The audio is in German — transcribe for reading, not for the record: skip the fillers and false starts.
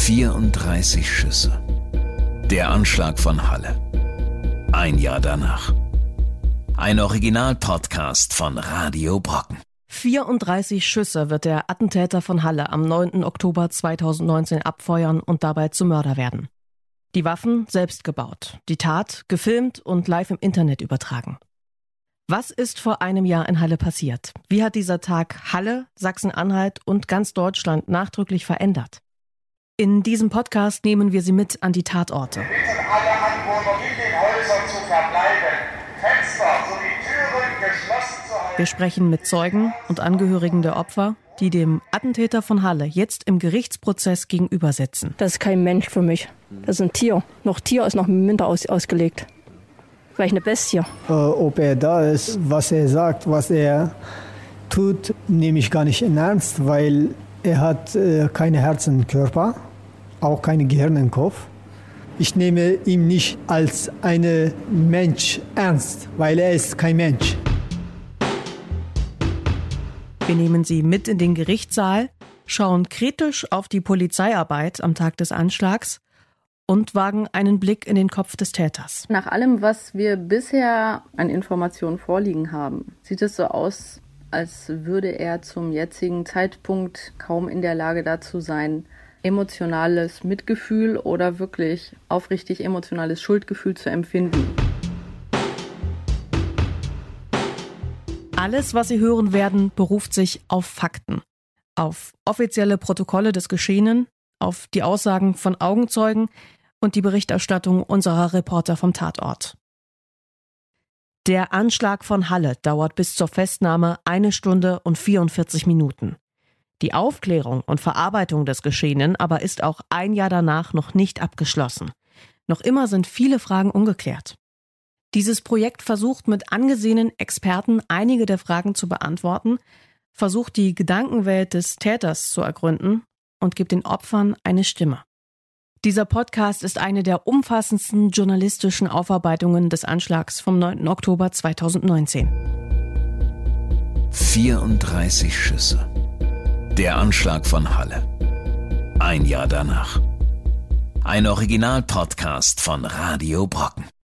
34 Schüsse. Der Anschlag von Halle. Ein Jahr danach. Ein Original-Podcast von Radio Brocken. 34 Schüsse wird der Attentäter von Halle am 9. Oktober 2019 abfeuern und dabei zum Mörder werden. Die Waffen selbst gebaut, die Tat gefilmt und live im Internet übertragen. Was ist vor einem Jahr in Halle passiert? Wie hat dieser Tag Halle, Sachsen-Anhalt und ganz Deutschland nachdrücklich verändert? In diesem Podcast nehmen wir Sie mit an die Tatorte. Wir bitten alle Anwohner in den Häusern zu verbleiben, Fenster sowie Türen geschlossen zu halten. Wir sprechen mit Zeugen und Angehörigen der Opfer, die dem Attentäter von Halle jetzt im Gerichtsprozess gegenübersitzen. Das ist kein Mensch für mich. Das ist ein Tier. Noch Tier ist noch minder ausgelegt. Vielleicht eine Bestie. Ob er da ist, was er sagt, was er tut, nehme ich gar nicht in Ernst, weil er hat keine Herz im Körper, auch keine Gehirn im Kopf. Ich nehme ihn nicht als einen Mensch ernst, weil er ist kein Mensch. Wir nehmen Sie mit in den Gerichtssaal, schauen kritisch auf die Polizeiarbeit am Tag des Anschlags und wagen einen Blick in den Kopf des Täters. Nach allem, was wir bisher an Informationen vorliegen haben, sieht es so aus, als würde er zum jetzigen Zeitpunkt kaum in der Lage dazu sein, emotionales Mitgefühl oder wirklich aufrichtig emotionales Schuldgefühl zu empfinden. Alles, was Sie hören werden, beruft sich auf Fakten, auf offizielle Protokolle des Geschehenen, auf die Aussagen von Augenzeugen und die Berichterstattung unserer Reporter vom Tatort. Der Anschlag von Halle dauert bis zur Festnahme 1 Stunde und 44 Minuten. Die Aufklärung und Verarbeitung des Geschehenen aber ist auch ein Jahr danach noch nicht abgeschlossen. Noch immer sind viele Fragen ungeklärt. Dieses Projekt versucht mit angesehenen Experten einige der Fragen zu beantworten, versucht die Gedankenwelt des Täters zu ergründen und gibt den Opfern eine Stimme. Dieser Podcast ist eine der umfassendsten journalistischen Aufarbeitungen des Anschlags vom 9. Oktober 2019. 34 Schüsse. Der Anschlag von Halle. Ein Jahr danach. Ein Original-Podcast von Radio Brocken.